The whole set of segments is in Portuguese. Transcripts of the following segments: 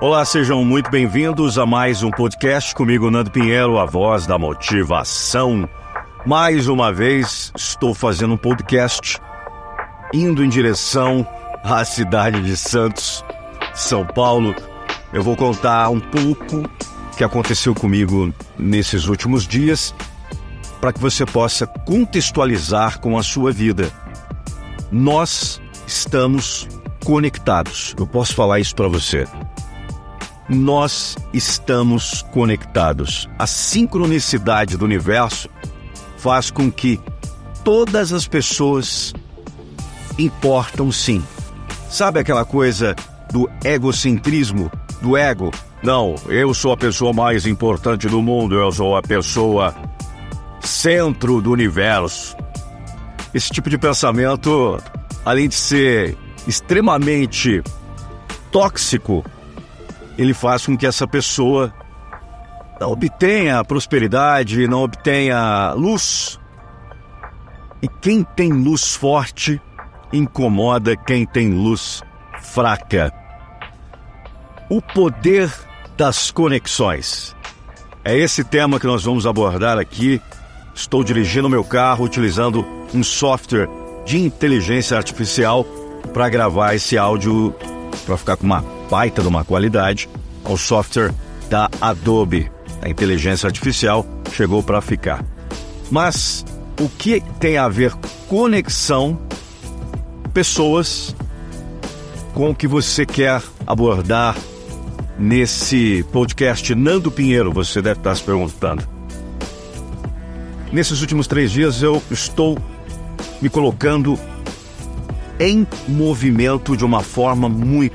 Olá, sejam muito bem-vindos a mais um podcast comigo, Nando Pinheiro, a voz da motivação. Mais uma vez, estou fazendo um podcast indo em direção à cidade de Santos, São Paulo. Eu vou contar um pouco o que aconteceu comigo nesses últimos dias para que você possa contextualizar com a sua vida. Nós estamos conectados. Eu posso falar isso para você. Nós estamos conectados. A sincronicidade do universo faz com que todas as pessoas importam sim. Sabe aquela coisa do egocentrismo, do ego? Não, eu sou a pessoa mais importante do mundo, eu sou a pessoa centro do universo. Esse tipo de pensamento, além de ser extremamente tóxico, ele faz com que essa pessoa não obtenha prosperidade, não obtenha luz. E quem tem luz forte incomoda quem tem luz fraca. O poder das conexões. É esse tema que nós vamos abordar aqui. Estou dirigindo meu carro utilizando um software de inteligência artificial para gravar esse áudio, para ficar com uma baita de uma qualidade. O software da Adobe, a inteligência artificial, chegou para ficar. Mas o que tem a ver conexão, pessoas, com o que você quer abordar nesse podcast Nando Pinheiro, você deve estar se perguntando. Nesses últimos 3 dias eu estou me colocando em movimento de uma forma muito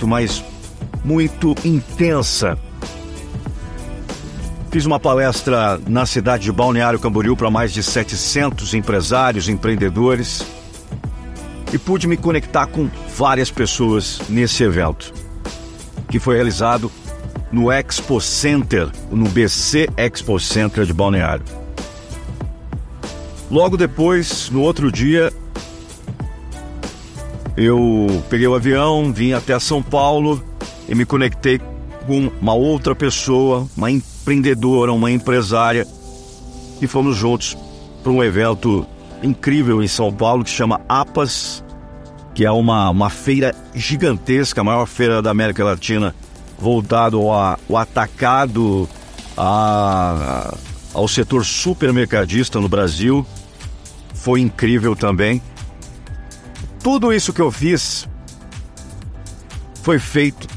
intensa. Fiz uma palestra na cidade de Balneário Camboriú para mais de 700 empresários, empreendedores, e pude me conectar com várias pessoas nesse evento, que foi realizado no Expo Center, no BC Expo Center de Balneário. Logo depois, no outro dia, eu peguei o avião, vim até São Paulo e me conectei com uma outra pessoa, uma empreendedora, uma empresária, e fomos juntos para um evento incrível em São Paulo que se chama APAS, que é uma feira gigantesca, a maior feira da América Latina, voltado ao atacado, ao setor supermercadista no Brasil. Foi incrível também. Tudo isso que eu fiz foi feito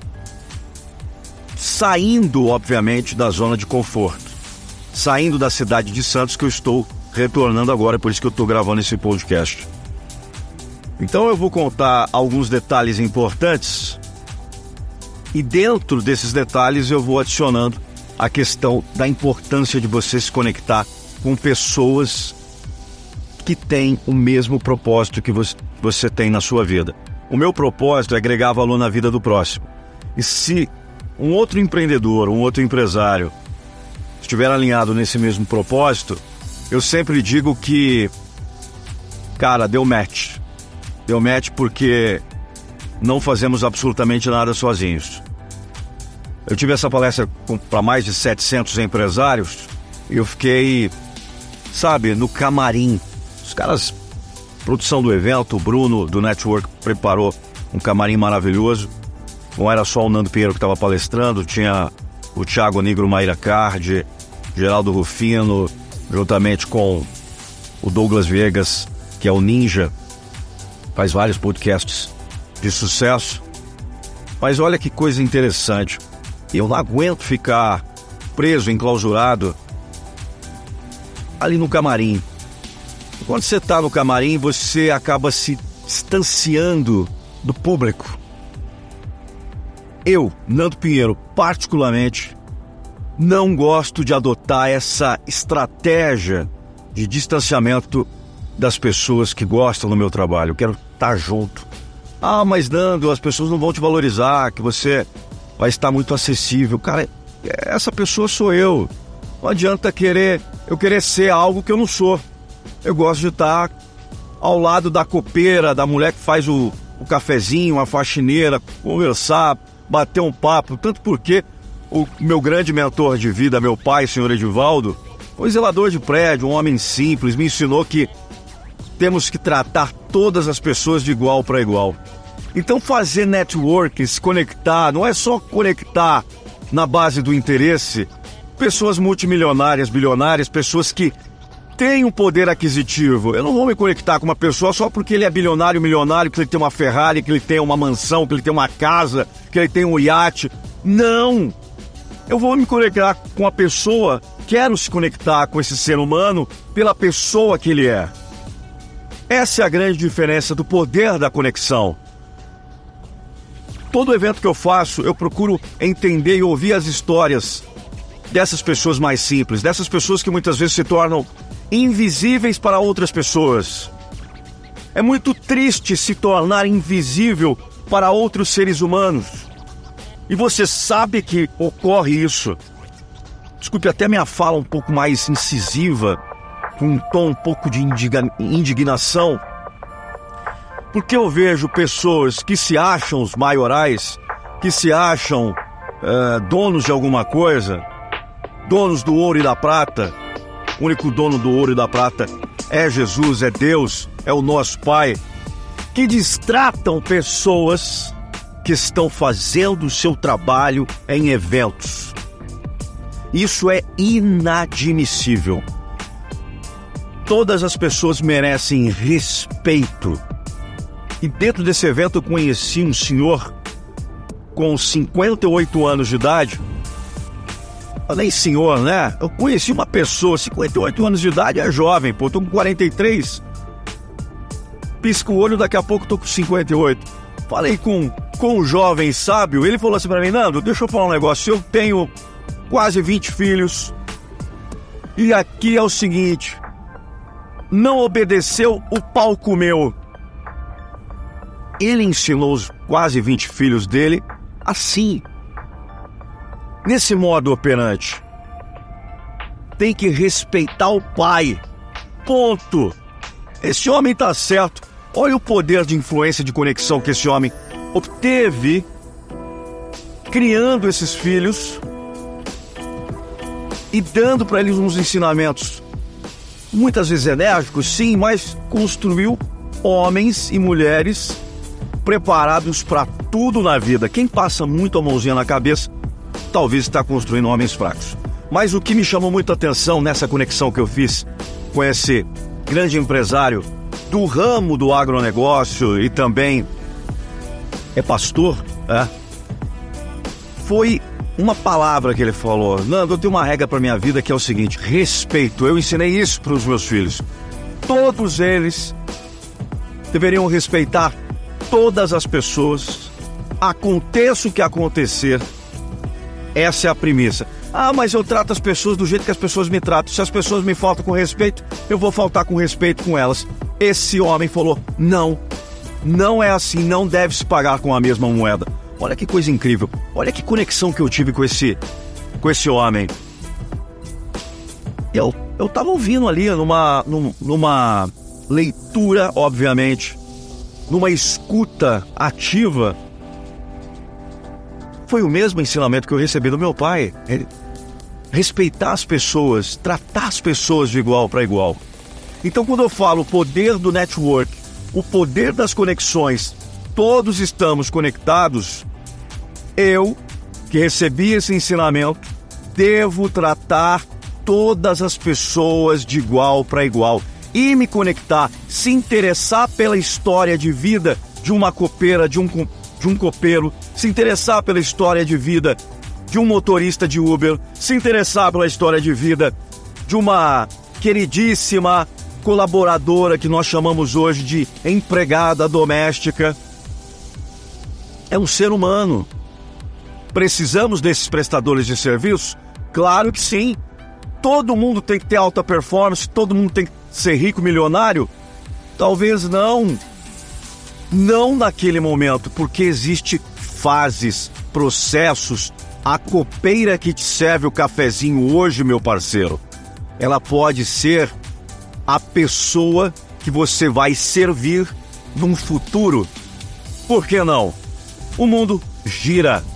saindo, obviamente, da zona de conforto, saindo da cidade de Santos, que eu estou retornando agora, por isso que eu estou gravando esse podcast. Então eu vou contar alguns detalhes importantes e dentro desses detalhes eu vou adicionando a questão da importância de você se conectar com pessoas que têm o mesmo propósito que você tem na sua vida. O meu propósito é agregar valor na vida do próximo. E se um outro empreendedor, um outro empresário estiver alinhado nesse mesmo propósito, eu sempre digo que, cara, deu match. Deu match porque não fazemos absolutamente nada sozinhos. Eu tive essa palestra para mais de 700 empresários e eu fiquei, no camarim. Os caras, produção do evento, o Bruno do Network preparou um camarim maravilhoso. Não era só o Nando Pinheiro que estava palestrando, tinha o Thiago Nigro Maíra Card, Geraldo Rufino, juntamente com o Douglas Viegas, que é o Ninja, faz vários podcasts de sucesso. Mas olha que coisa interessante, eu não aguento ficar preso, enclausurado ali no camarim. Quando você está no camarim, você acaba se distanciando do público. Eu, Nando Pinheiro, particularmente, não gosto de adotar essa estratégia de distanciamento das pessoas que gostam do meu trabalho. Eu quero estar junto. Ah, mas Nando, as pessoas não vão te valorizar, que você vai estar muito acessível. Cara, essa pessoa sou eu. Não adianta eu querer ser algo que eu não sou. Eu gosto de estar ao lado da copeira, da mulher que faz o cafezinho, a faxineira, conversar, bater um papo, tanto porque o meu grande mentor de vida, meu pai, senhor Edivaldo, foi zelador de prédio, um homem simples, me ensinou que temos que tratar todas as pessoas de igual para igual. Então fazer network, se conectar, não é só conectar na base do interesse, pessoas multimilionárias, bilionárias, pessoas que têm um poder aquisitivo. Eu não vou me conectar com uma pessoa só porque ele é bilionário, milionário, que ele tem uma Ferrari, que ele tem uma mansão, que ele tem uma casa, que ele tem um iate. Não! Eu vou me conectar com a pessoa, quero se conectar com esse ser humano pela pessoa que ele é. Essa é a grande diferença do poder da conexão. Todo evento que eu faço, eu procuro entender e ouvir as histórias dessas pessoas mais simples, dessas pessoas que muitas vezes se tornam invisíveis para outras pessoas. É muito triste se tornar invisível para outros seres humanos. E você sabe que ocorre isso. Desculpe até minha fala um pouco mais incisiva, com um tom um pouco de indignação, porque eu vejo pessoas que se acham os maiorais, que se acham donos de alguma coisa, donos do ouro e da prata. O único dono do ouro e da prata é Jesus, é Deus, é o nosso Pai, que destratam pessoas que estão fazendo o seu trabalho em eventos. Isso é inadmissível. Todas as pessoas merecem respeito. E dentro desse evento eu conheci um senhor com 58 anos de idade. Nem senhor, né? Eu conheci uma pessoa, 58 anos de idade, é jovem, pô, tô com 43. Pisco o olho, daqui a pouco tô com 58. Falei com um jovem sábio, ele falou assim pra mim: Nando, deixa eu falar um negócio, eu tenho quase 20 filhos, e aqui é o seguinte, não obedeceu, o pau comeu. Ele ensinou os quase 20 filhos dele assim, nesse modo operante. Tem que respeitar o pai. Ponto. Esse homem tá certo. Olha o poder de influência, de conexão que esse homem obteve criando esses filhos e dando para eles uns ensinamentos, muitas vezes enérgicos, sim, mas construiu homens e mulheres preparados para tudo na vida. Quem passa muito a mãozinha na cabeça, talvez está construindo homens fracos. Mas o que me chamou muita atenção nessa conexão que eu fiz com esse grande empresário do ramo do agronegócio e também é pastor, foi uma palavra que ele falou: Nando, eu tenho uma regra para minha vida que é o seguinte, respeito. Eu ensinei isso para os meus filhos. Todos eles deveriam respeitar todas as pessoas, aconteça o que acontecer. Essa é a premissa. Ah, mas eu trato as pessoas do jeito que as pessoas me tratam. Se as pessoas me faltam com respeito, eu vou faltar com respeito com elas. Esse homem falou: não é assim, não deve se pagar com a mesma moeda. Olha que coisa incrível. Olha que conexão que eu tive com esse homem. Eu estava ouvindo ali numa leitura, obviamente, numa escuta ativa. Foi o mesmo ensinamento que eu recebi do meu pai. Respeitar as pessoas, tratar as pessoas de igual para igual. Então, quando eu falo o poder do network, o poder das conexões, todos estamos conectados, eu, que recebi esse ensinamento, devo tratar todas as pessoas de igual para igual e me conectar, se interessar pela história de vida de uma copeira, de um copeiro, se interessar pela história de vida de um motorista de Uber, se interessar pela história de vida de uma queridíssima colaboradora que nós chamamos hoje de empregada doméstica. É um ser humano. Precisamos desses prestadores de serviço? Claro que sim. Todo mundo tem que ter alta performance, todo mundo tem que ser rico, milionário? Talvez não. Não naquele momento, porque existe fases, processos. A copeira que te serve o cafezinho hoje, meu parceiro, ela pode ser a pessoa que você vai servir num futuro. Por que não? O mundo gira,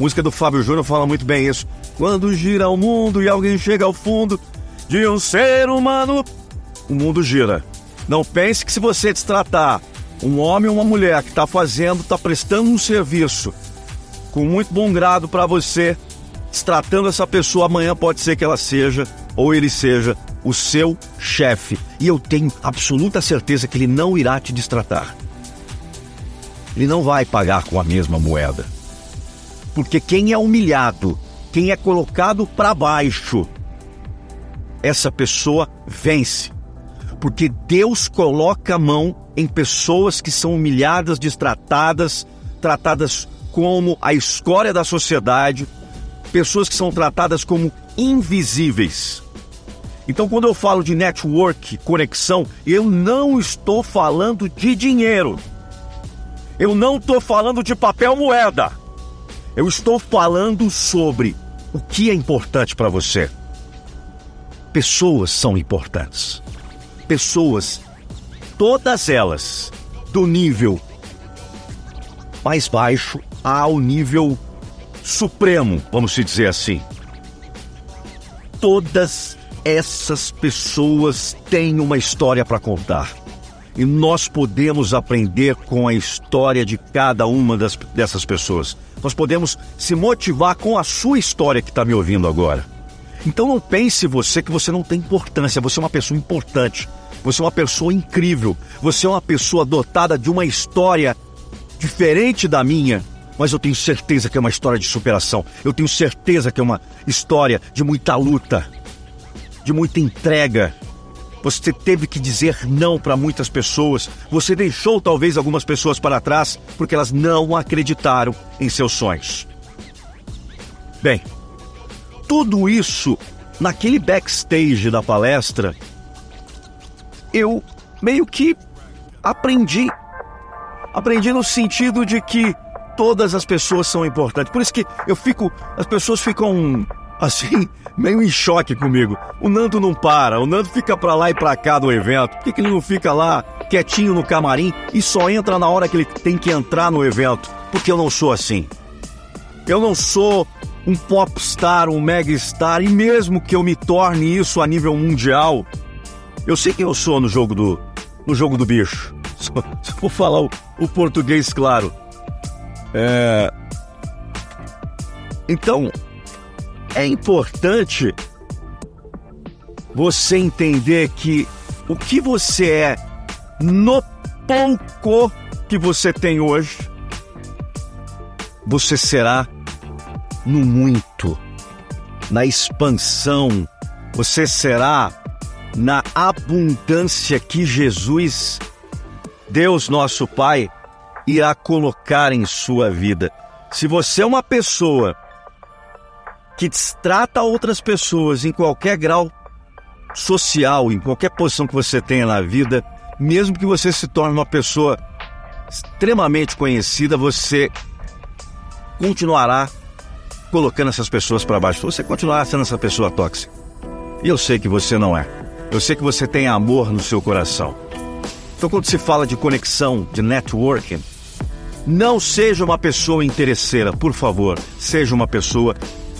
música do Fábio Júnior fala muito bem isso. Quando gira o mundo e alguém chega ao fundo de um ser humano, o mundo gira. Não pense que se você destratar um homem ou uma mulher que está prestando um serviço com muito bom grado para você, destratando essa pessoa, amanhã pode ser que ela seja, ou ele seja, o seu chefe. E eu tenho absoluta certeza que ele não irá te destratar. Ele não vai pagar com a mesma moeda. Porque quem é humilhado, quem é colocado para baixo, essa pessoa vence. Porque Deus coloca a mão em pessoas que são humilhadas, destratadas, tratadas como a escória da sociedade, pessoas que são tratadas como invisíveis. Então, quando eu falo de network, conexão, eu não estou falando de dinheiro. Eu não estou falando de papel moeda. Eu estou falando sobre o que é importante para você. Pessoas são importantes. Pessoas, todas elas, do nível mais baixo ao nível supremo, vamos dizer assim. Todas essas pessoas têm uma história para contar. E nós podemos aprender com a história de cada uma dessas pessoas. Nós podemos se motivar com a sua história que está me ouvindo agora. Então não pense que você não tem importância. Você é uma pessoa importante. Você é uma pessoa incrível. Você é uma pessoa dotada de uma história diferente da minha. Mas eu tenho certeza que é uma história de superação. Eu tenho certeza que é uma história de muita luta, de muita entrega. Você teve que dizer não para muitas pessoas. Você deixou talvez algumas pessoas para trás porque elas não acreditaram em seus sonhos. Bem, tudo isso, naquele backstage da palestra, eu meio que aprendi. Aprendi no sentido de que todas as pessoas são importantes. Por isso que as pessoas ficam assim, meio em choque comigo. O Nando não para, o Nando fica pra lá e pra cá do evento. Por que ele não fica lá, quietinho no camarim e só entra na hora que ele tem que entrar no evento? Porque eu não sou assim. Eu não sou um popstar, um megastar, e mesmo que eu me torne isso a nível mundial, eu sei quem eu sou no jogo do bicho. Se eu for falar o português claro. Então, é importante você entender que o que você é no pouco que você tem hoje, você será no muito, na expansão, você será na abundância que Jesus, Deus nosso Pai, irá colocar em sua vida. Se você é uma pessoa que destrata outras pessoas em qualquer grau social, em qualquer posição que você tenha na vida, mesmo que você se torne uma pessoa extremamente conhecida, você continuará colocando essas pessoas para baixo. Você continuará sendo essa pessoa tóxica. E eu sei que você não é. Eu sei que você tem amor no seu coração. Então, quando se fala de conexão, de networking, não seja uma pessoa interesseira, por favor. Seja uma pessoa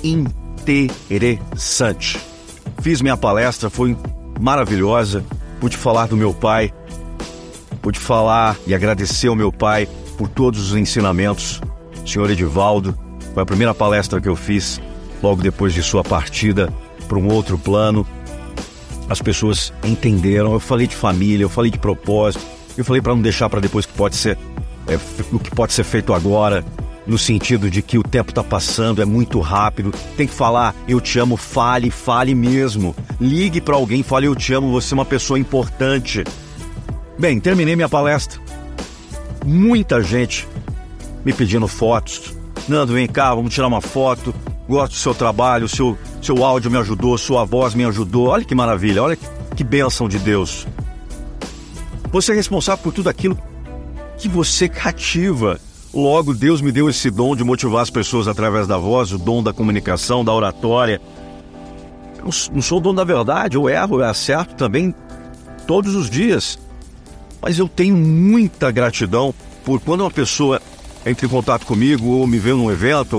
interessante. Fiz minha palestra, foi maravilhosa. Pude falar do meu pai. Pude falar e agradecer ao meu pai por todos os ensinamentos. Senhor Edivaldo, foi a primeira palestra que eu fiz logo depois de sua partida para um outro plano. As pessoas entenderam. Eu falei de família, eu falei de propósito, eu falei para não deixar para depois que pode ser o que pode ser feito agora, no sentido de que o tempo está passando, é muito rápido. Tem que falar, eu te amo, fale mesmo. Ligue para alguém, fale, eu te amo, você é uma pessoa importante. Bem, terminei minha palestra. Muita gente me pedindo fotos. Nando, vem cá, vamos tirar uma foto. Gosto do seu trabalho, seu áudio me ajudou, sua voz me ajudou. Olha que maravilha, olha que bênção de Deus. Você é responsável por tudo aquilo que você cativa. Logo, Deus me deu esse dom de motivar as pessoas através da voz, o dom da comunicação, da oratória. Eu não sou o dono da verdade, eu erro, eu acerto também todos os dias. Mas eu tenho muita gratidão por quando uma pessoa entra em contato comigo ou me vê num evento,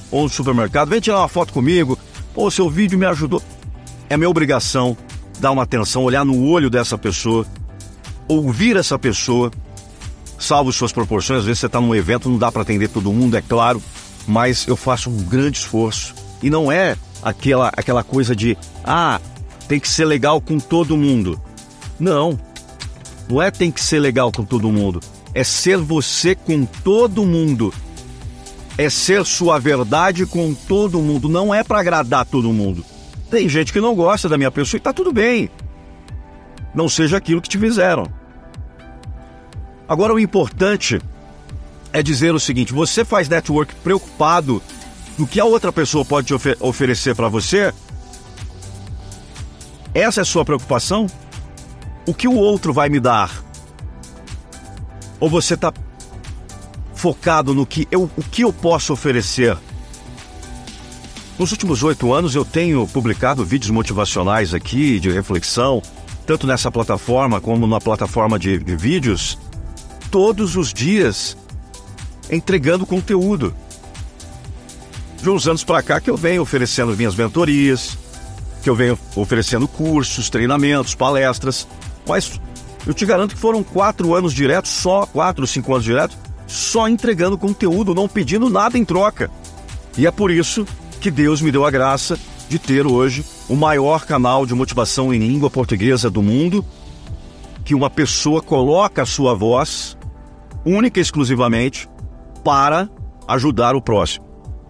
ou no supermercado, vem tirar uma foto comigo, ou seu vídeo me ajudou. É minha obrigação dar uma atenção, olhar no olho dessa pessoa, ouvir essa pessoa, salvo suas proporções. Às vezes você está num evento, não dá para atender todo mundo, é claro, mas eu faço um grande esforço. E não é aquela coisa de, tem que ser legal com todo mundo. Não é tem que ser legal com todo mundo. É ser você com todo mundo. É ser sua verdade com todo mundo. Não é para agradar todo mundo. Tem gente que não gosta da minha pessoa e tá tudo bem. Não seja aquilo que te fizeram. Agora, o importante é dizer o seguinte: você faz network preocupado no que a outra pessoa pode te oferecer para você? Essa é a sua preocupação? O que o outro vai me dar? Ou você está focado no que eu posso oferecer? Nos últimos 8 anos eu tenho publicado vídeos motivacionais aqui, de reflexão, tanto nessa plataforma como na plataforma de vídeos, todos os dias, entregando conteúdo. De uns anos para cá que eu venho oferecendo minhas mentorias, que eu venho oferecendo cursos, treinamentos, palestras, mas eu te garanto que foram 4 anos diretos, só 4 ou 5 anos diretos, só entregando conteúdo, não pedindo nada em troca. E é por isso que Deus me deu a graça de ter hoje o maior canal de motivação em língua portuguesa do mundo, que uma pessoa coloca a sua voz, única e exclusivamente, para ajudar o próximo.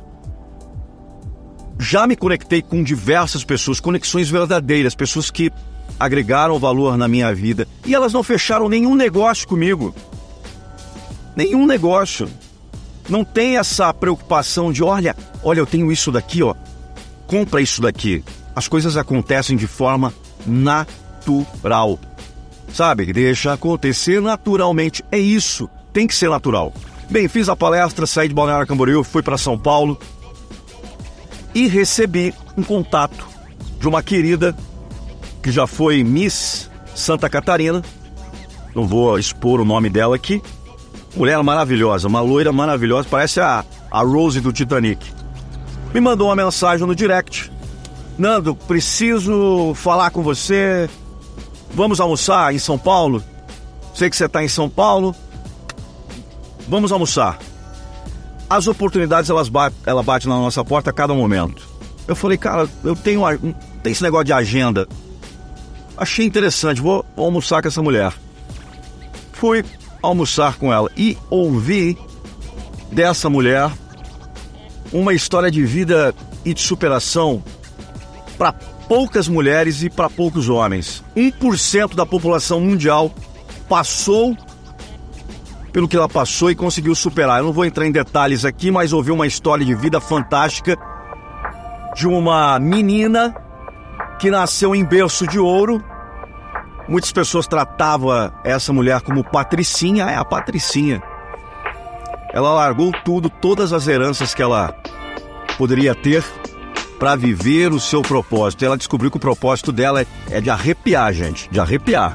Já me conectei com diversas pessoas, conexões verdadeiras, pessoas que agregaram valor na minha vida, e elas não fecharam nenhum negócio comigo. Nenhum negócio. Não tem essa preocupação de, olha, eu tenho isso daqui, compra isso daqui. As coisas acontecem de forma natural. Sabe? Deixa acontecer naturalmente. É isso. Tem que ser natural. Bem, fiz a palestra, saí de Balneário Camboriú, fui para São Paulo e recebi um contato de uma querida que já foi Miss Santa Catarina. Não vou expor o nome dela aqui. Mulher maravilhosa, uma loira maravilhosa, parece a Rose do Titanic. Me mandou uma mensagem no direct: Nando, preciso falar com você. Vamos almoçar em São Paulo? Sei que você está em São Paulo. Vamos almoçar. As oportunidades, ela bate na nossa porta a cada momento. Eu falei, cara, eu tenho esse negócio de agenda. Achei interessante, vou almoçar com essa mulher. Fui almoçar com ela e ouvi dessa mulher uma história de vida e de superação para poucas mulheres e para poucos homens. 1% da população mundial passou pelo que ela passou e conseguiu superar. Eu não vou entrar em detalhes aqui, mas ouvi uma história de vida fantástica de uma menina que nasceu em berço de ouro. Muitas pessoas tratavam essa mulher como Patricinha. É a Patricinha. Ela largou tudo, todas as heranças que ela poderia ter para viver o seu propósito. Ela descobriu que o propósito dela é de arrepiar, gente, de arrepiar.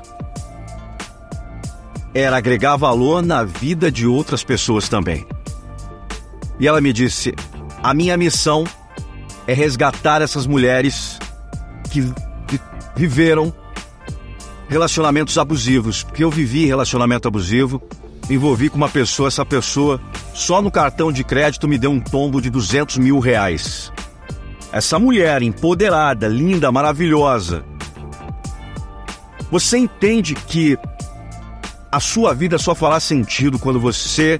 Era agregar valor na vida de outras pessoas também. E ela me disse, a minha missão é resgatar essas mulheres que viveram relacionamentos abusivos. Porque eu vivi relacionamento abusivo, me envolvi com uma pessoa, essa pessoa só no cartão de crédito me deu um tombo de R$200 mil. Essa mulher empoderada, linda, maravilhosa. Você entende que a sua vida só fará sentido quando você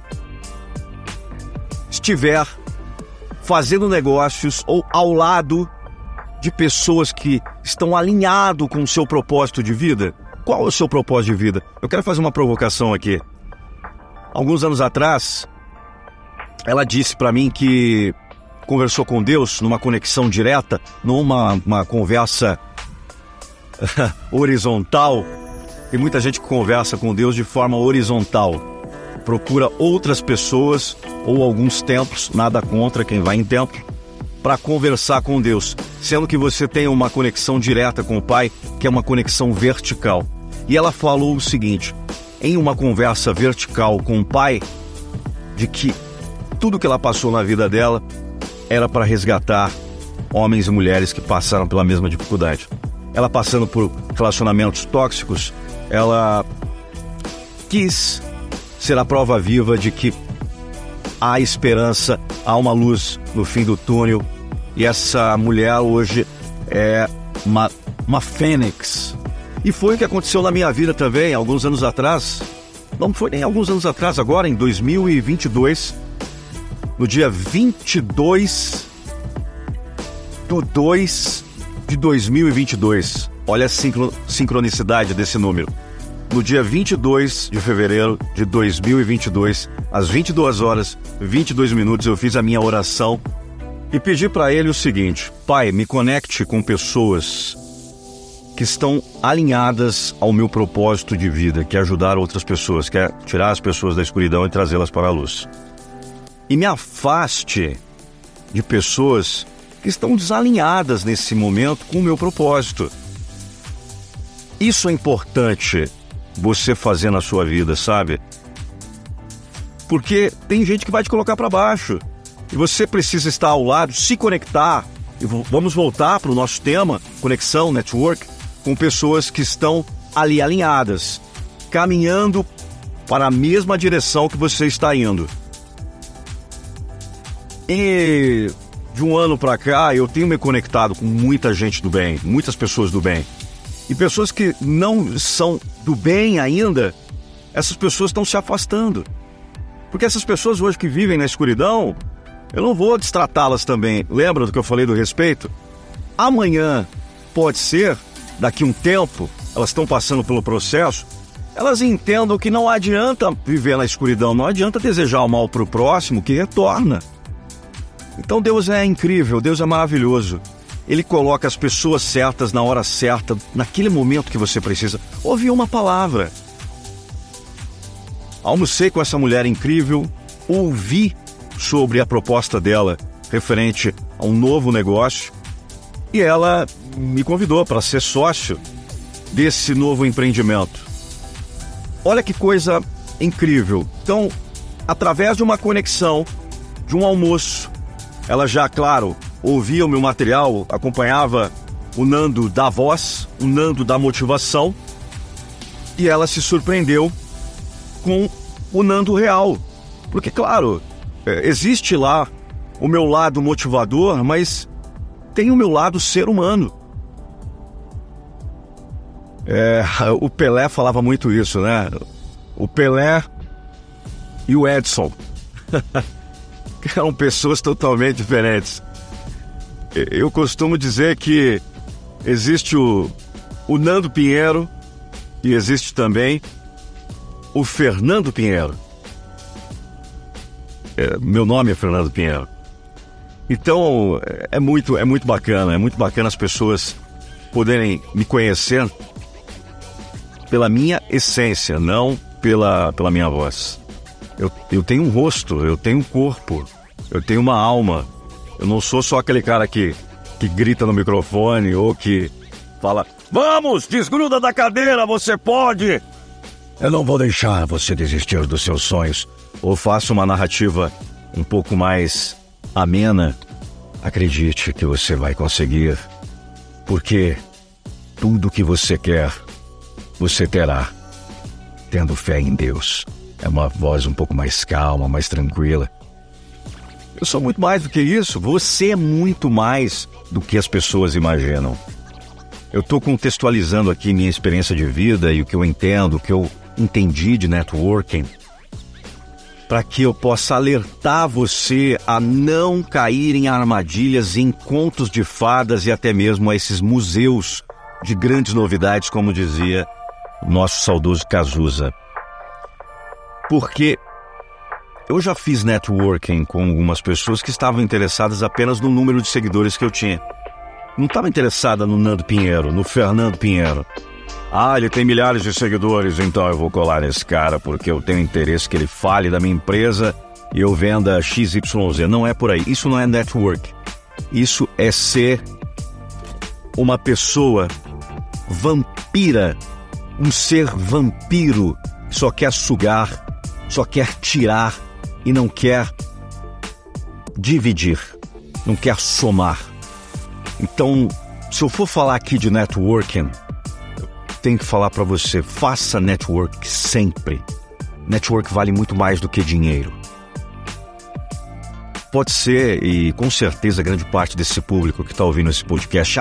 estiver fazendo negócios ou ao lado de pessoas que estão alinhadas com o seu propósito de vida? Qual é o seu propósito de vida? Eu quero fazer uma provocação aqui. Alguns anos atrás, ela disse para mim que conversou com Deus numa conexão direta, numa conversa horizontal. Tem muita gente que conversa com Deus de forma horizontal. Procura outras pessoas ou alguns templos, nada contra quem vai em templo, para conversar com Deus, sendo que você tem uma conexão direta com o Pai, que é uma conexão vertical. E ela falou o seguinte, em uma conversa vertical com o Pai, de que tudo que ela passou na vida dela era para resgatar homens e mulheres que passaram pela mesma dificuldade. Ela passando por relacionamentos tóxicos, ela quis ser a prova viva de que há esperança, há uma luz no fim do túnel. E essa mulher hoje é uma fênix. E foi o que aconteceu na minha vida também, alguns anos atrás. Não foi nem alguns anos atrás, agora em 2022, no dia 22 de 2 de 2022. Olha a sincronicidade desse número. No dia 22 de fevereiro de 2022, às 22 horas, 22 minutos, eu fiz a minha oração e pedi para ele o seguinte: Pai, me conecte com pessoas que estão alinhadas ao meu propósito de vida, que é ajudar outras pessoas, que é tirar as pessoas da escuridão e trazê-las para a luz. E me afaste de pessoas que estão desalinhadas nesse momento com o meu propósito. Isso é importante você fazer na sua vida, sabe? Porque tem gente que vai te colocar para baixo. E você precisa estar ao lado, se conectar. E vamos voltar para o nosso tema, conexão, network, com pessoas que estão ali alinhadas, caminhando para a mesma direção que você está indo. E de um ano para cá, eu tenho me conectado com muita gente do bem, muitas pessoas do bem. E pessoas que não são do bem ainda, essas pessoas estão se afastando. Porque essas pessoas hoje que vivem na escuridão, eu não vou destratá-las também. Lembra do que eu falei do respeito? Amanhã, pode ser, daqui um tempo, elas estão passando pelo processo, elas entendam que não adianta viver na escuridão, não adianta desejar o mal para o próximo, que retorna. Então Deus é incrível, Deus é maravilhoso. Ele coloca as pessoas certas na hora certa, naquele momento que você precisa ouvir uma palavra. Almocei com essa mulher incrível, ouvi sobre a proposta dela referente a um novo negócio e ela me convidou para ser sócio desse novo empreendimento. Olha que coisa incrível. Então, através de uma conexão, de um almoço, ela já, claro, ouvia o meu material, acompanhava o Nando da voz, o Nando da motivação, e ela se surpreendeu com o Nando real. Porque, claro, existe lá o meu lado motivador, mas tem o meu lado ser humano. O Pelé falava muito isso, né? O Pelé e o Edson. Eram pessoas totalmente diferentes. Eu costumo dizer que existe o Nando Pinheiro e existe também o Fernando Pinheiro. Meu nome é Fernando Pinheiro. Então é muito bacana as pessoas poderem me conhecer pela minha essência, não pela minha voz. Eu tenho um rosto, eu tenho um corpo, eu tenho uma alma. Eu não sou só aquele cara que grita no microfone ou que fala: vamos, desgruda da cadeira, você pode! Eu não vou deixar você desistir dos seus sonhos. Ou faço uma narrativa um pouco mais amena. Acredite que você vai conseguir, porque tudo que você quer, você terá, tendo fé em Deus. É uma voz um pouco mais calma, mais tranquila. Eu sou muito mais do que isso. Você é muito mais do que as pessoas imaginam. Eu estou contextualizando aqui minha experiência de vida e o que eu entendo, o que eu entendi de networking, para que eu possa alertar você a não cair em armadilhas, em contos de fadas e até mesmo a esses museus de grandes novidades, como dizia o nosso saudoso Cazuza. Porque eu já fiz networking com algumas pessoas que estavam interessadas apenas no número de seguidores que eu tinha. Não estava interessada no Nando Pinheiro, no Fernando Pinheiro. Ele tem milhares de seguidores, então eu vou colar nesse cara porque eu tenho interesse que ele fale da minha empresa e eu venda XYZ. Não é por aí. Isso não é network. Isso é ser uma pessoa vampira, um ser vampiro que só quer sugar, só quer tirar e não quer dividir. não quer somar. Então, se eu for falar aqui de networking, eu tenho que falar para você, faça network sempre. Network vale muito mais do que dinheiro. Pode ser, e com certeza grande parte desse público que está ouvindo esse podcast,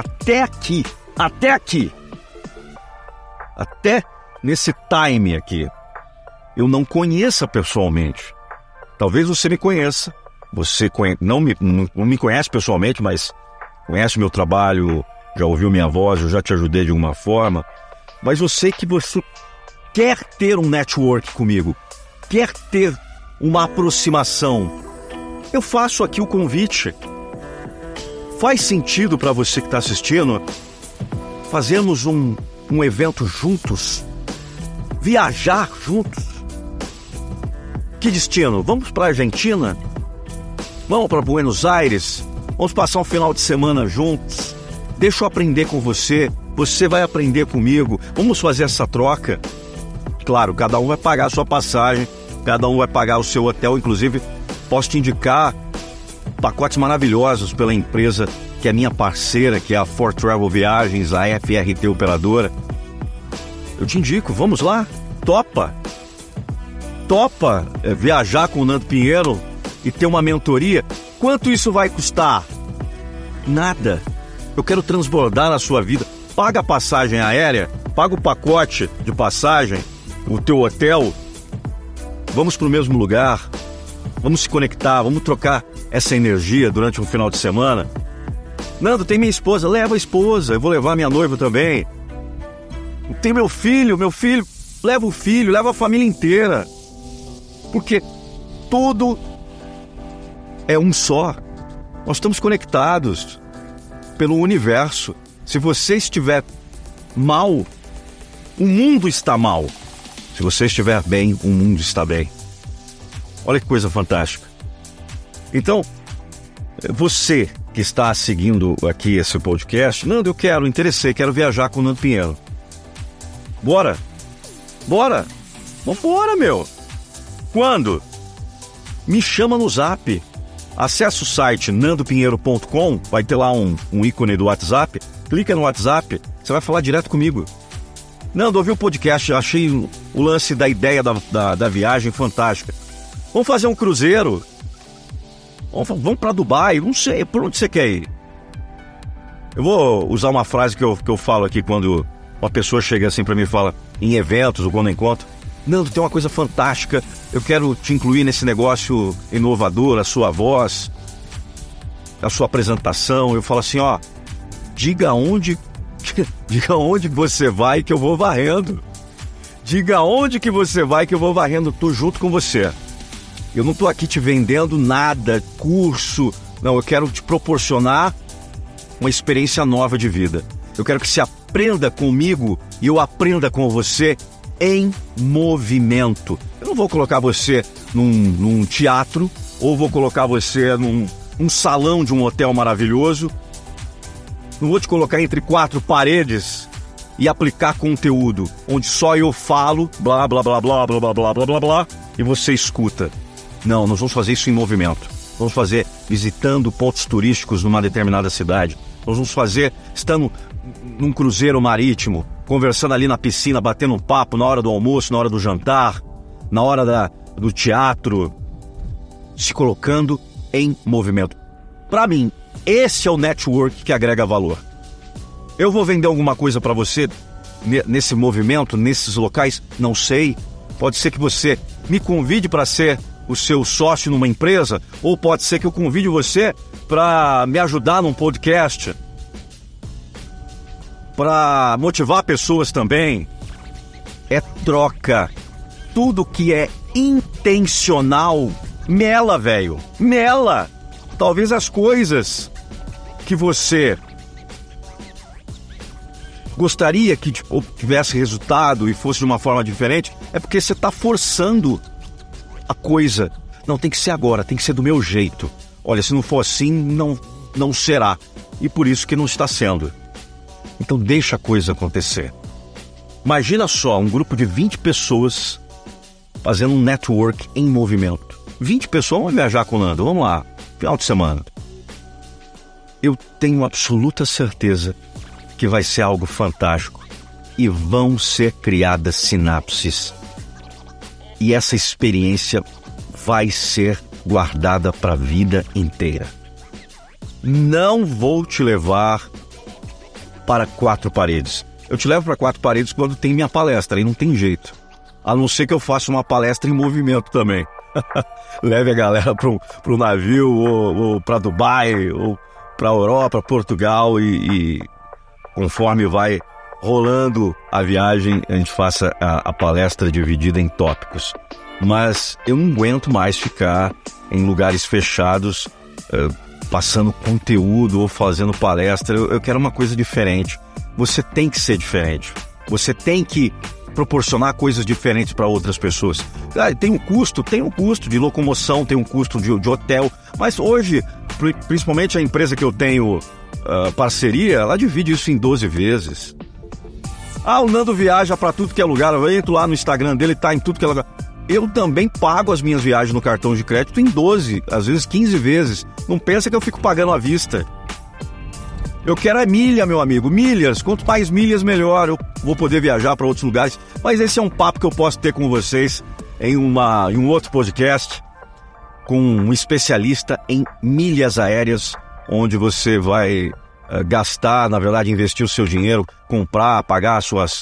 até nesse time aqui, eu não conheça pessoalmente. Talvez você me conheça, não me conhece pessoalmente, mas conhece meu trabalho, já ouviu minha voz, eu já te ajudei de alguma forma, mas eu sei que você quer ter um network comigo, quer ter uma aproximação. Eu faço aqui o convite. Faz sentido para você que está assistindo fazermos um evento juntos? Viajar juntos? Que destino? Vamos para a Argentina? Vamos para Buenos Aires? Vamos passar um final de semana juntos? Deixa eu aprender com você, você vai aprender comigo. Vamos fazer essa troca? Claro, cada um vai pagar a sua passagem, cada um vai pagar o seu hotel, inclusive posso te indicar pacotes maravilhosos pela empresa que é minha parceira, que é a For Travel Viagens, a FRT Operadora. Eu te indico, vamos lá, topa viajar com o Nando Pinheiro e ter uma mentoria. Quanto isso vai custar? Nada. Eu quero transbordar na sua vida. Paga a passagem aérea, paga o pacote de passagem, o teu hotel. Vamos para o mesmo lugar. Vamos se conectar, vamos trocar essa energia durante um final de semana. Nando, tem minha esposa, leva a esposa, eu vou levar minha noiva também. Tem meu filho, leva o filho, leva a família inteira. Porque tudo é um só. Nós estamos conectados pelo universo. Se você estiver mal, o mundo está mal. Se você estiver bem, o mundo está bem. Olha que coisa fantástica. Então, você que está seguindo aqui esse podcast, Nando, eu quero viajar com o Nando Pinheiro. Bora! Vambora, meu! Quando? Me chama no Zap. Acesse o site nandopinheiro.com, vai ter lá um ícone do WhatsApp. Clica no WhatsApp, você vai falar direto comigo. Nando, ouvi o podcast, achei o lance da ideia da viagem fantástica. Vamos fazer um cruzeiro? Vamos para Dubai? Não sei, por onde você quer ir? Eu vou usar uma frase que eu falo aqui quando uma pessoa chega assim para mim e fala em eventos ou quando eu encontro. Nando, tem uma coisa fantástica, eu quero te incluir nesse negócio inovador, a sua voz, a sua apresentação. Eu falo assim, ó, diga onde você vai que eu vou varrendo. Diga onde que você vai que eu vou varrendo, tô junto com você. Eu não tô aqui te vendendo nada, curso, não, eu quero te proporcionar uma experiência nova de vida. Eu quero que você aprenda comigo e eu aprenda com você em movimento. Eu não vou colocar você num teatro ou vou colocar você num salão de um hotel maravilhoso. Não vou te colocar entre quatro paredes e aplicar conteúdo onde só eu falo, blá, blá, blá, blá, blá, blá, blá, blá, blá, blá, e você escuta. Não, nós vamos fazer isso em movimento. Vamos fazer visitando pontos turísticos numa determinada cidade. Nós vamos fazer estando num cruzeiro marítimo, conversando ali na piscina, batendo um papo na hora do almoço, na hora do jantar, na hora do teatro, se colocando em movimento. Para mim, esse é o network que agrega valor. Eu vou vender alguma coisa para você nesse movimento, nesses locais? Não sei. Pode ser que você me convide para ser o seu sócio numa empresa, ou pode ser que eu convide você para me ajudar num podcast, para motivar pessoas também. É troca. Tudo que é intencional mela, velho. Mela. Talvez as coisas que você gostaria que tivesse resultado e fosse de uma forma diferente, é porque você está forçando a coisa. Não, tem que ser agora, tem que ser do meu jeito. Olha, se não for assim, não será. E por isso que não está sendo. Então deixa a coisa acontecer. Imagina só, um grupo de 20 pessoas fazendo um network em movimento. 20 pessoas, vamos viajar com o Nando, vamos lá, final de semana. eu tenho absoluta certeza que vai ser algo fantástico e vão ser criadas sinapses. E essa experiência vai ser guardada para a vida inteira. Não vou te levar para 4 paredes. Eu te levo para 4 paredes quando tem minha palestra, aí não tem jeito. A não ser que eu faça uma palestra em movimento também. Leve a galera para o navio, ou para Dubai, ou para a Europa, Portugal, e conforme vai rolando a viagem, a gente faça a palestra dividida em tópicos. Mas eu não aguento mais ficar em lugares fechados, passando conteúdo ou fazendo palestra. Eu quero uma coisa diferente. Você tem que ser diferente. Você tem que proporcionar coisas diferentes para outras pessoas. Tem um custo de locomoção, tem um custo de hotel, mas hoje, principalmente a empresa que eu tenho parceria, ela divide isso em 12 vezes. O Nando viaja para tudo que é lugar, eu entro lá no Instagram dele, tá em tudo que é lugar. Eu também pago as minhas viagens no cartão de crédito em 12, às vezes 15 vezes. Não pensa que eu fico pagando à vista. Eu quero milha, meu amigo, milhas. Quanto mais milhas, melhor. Eu vou poder viajar para outros lugares. Mas esse é um papo que eu posso ter com vocês em um outro podcast com um especialista em milhas aéreas, onde você vai gastar, na verdade, investir o seu dinheiro, comprar, pagar suas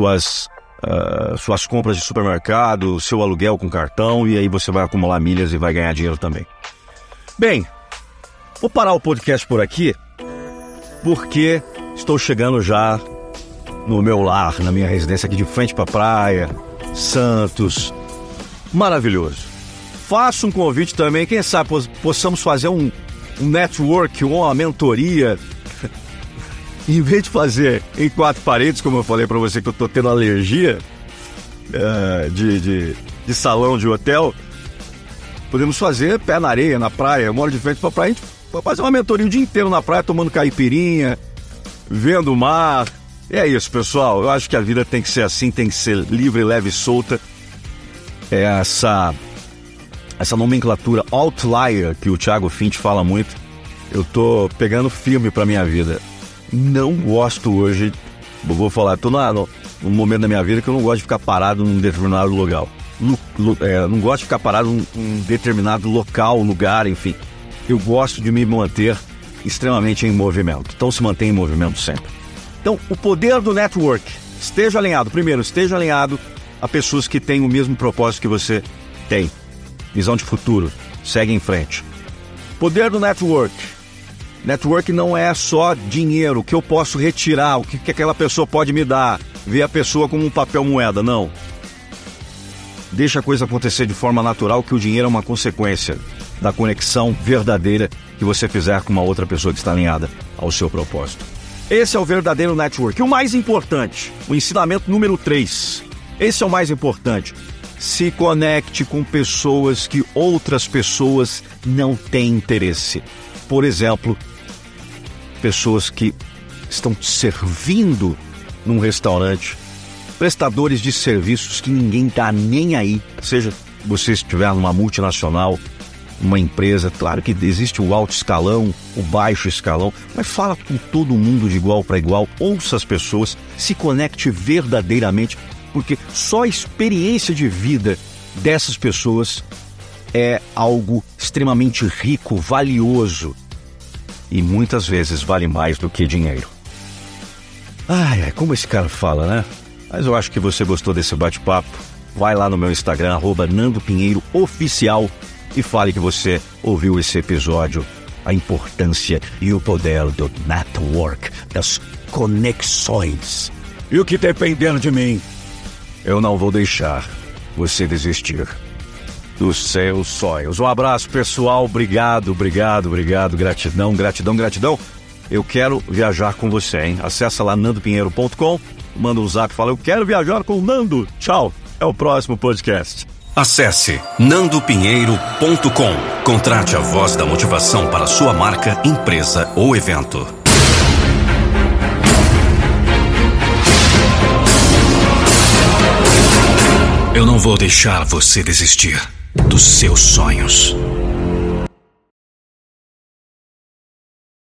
compras de supermercado, seu aluguel com cartão, e aí você vai acumular milhas e vai ganhar dinheiro também. Bem, vou parar o podcast por aqui, porque estou chegando já no meu lar, na minha residência aqui de frente para a praia, Santos, maravilhoso. Faço um convite também, quem sabe possamos fazer um network, uma mentoria, em vez de fazer em 4 paredes, como eu falei para você que eu estou tendo alergia de salão de hotel, podemos fazer pé na areia, na praia. Eu moro de frente para a praia, a gente vai fazer uma mentoria o dia inteiro na praia, tomando caipirinha, vendo o mar. É isso, pessoal. Eu acho que a vida tem que ser assim, tem que ser livre, leve e solta. É essa nomenclatura outlier que o Thiago Finch fala muito. Eu tô pegando firme pra minha vida. Não gosto hoje, vou falar, tô num momento da minha vida que eu não gosto de ficar parado num determinado lugar. Não gosto de ficar parado num determinado local, lugar, enfim. Eu gosto de me manter extremamente em movimento. Então se mantém em movimento sempre. Então, o poder do network. Esteja alinhado. Primeiro, esteja alinhado a pessoas que têm o mesmo propósito que você tem. Visão de futuro. Segue em frente. Poder do network. Network não é só dinheiro, o que eu posso retirar, o que aquela pessoa pode me dar. Ver a pessoa como um papel moeda, não. Deixa a coisa acontecer de forma natural, que o dinheiro é uma consequência da conexão verdadeira que você fizer com uma outra pessoa que está alinhada ao seu propósito. Esse é o verdadeiro network. E o mais importante, o ensinamento número 3. Esse é o mais importante. Se conecte com pessoas que outras pessoas não têm interesse. Por exemplo, pessoas que estão servindo num restaurante, prestadores de serviços que ninguém está nem aí. Seja você estiver numa multinacional, uma empresa, claro que existe o alto escalão, o baixo escalão, mas fala com todo mundo de igual para igual, ouça as pessoas, se conecte verdadeiramente, porque só a experiência de vida dessas pessoas é algo extremamente rico, valioso, e muitas vezes vale mais do que dinheiro. Como esse cara fala, né? Mas eu acho que você gostou desse bate-papo. Vai lá no meu Instagram, @NandoPinheiroOficial, e fale que você ouviu esse episódio, a importância e o poder do network, das conexões. E o que dependendo de mim, eu não vou deixar você desistir dos seus sonhos. Um abraço, pessoal. Obrigado. Gratidão. Eu quero viajar com você, hein? Acessa lá nandopinheiro.com, manda um zap e fala, eu quero viajar com o Nando. Tchau, é o próximo podcast. Acesse nandopinheiro.com. Contrate a voz da motivação para sua marca, empresa ou evento. Eu não vou deixar você desistir dos seus sonhos.